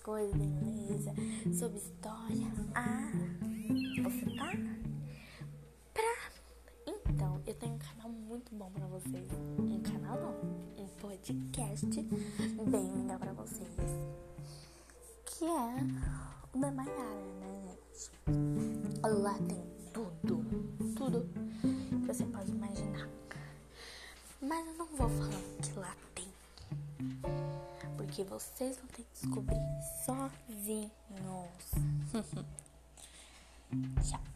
coisas, beleza, sobre história. Você tá? Então, eu tenho um canal muito bom pra vocês. Um canal não, um podcast bem legal pra vocês. Que é o da Maiara, né, gente? Lá tem tudo que você pode imaginar. Mas eu não vou falar o que lá tem, porque vocês vão ter que descobrir sozinhos. Tchau.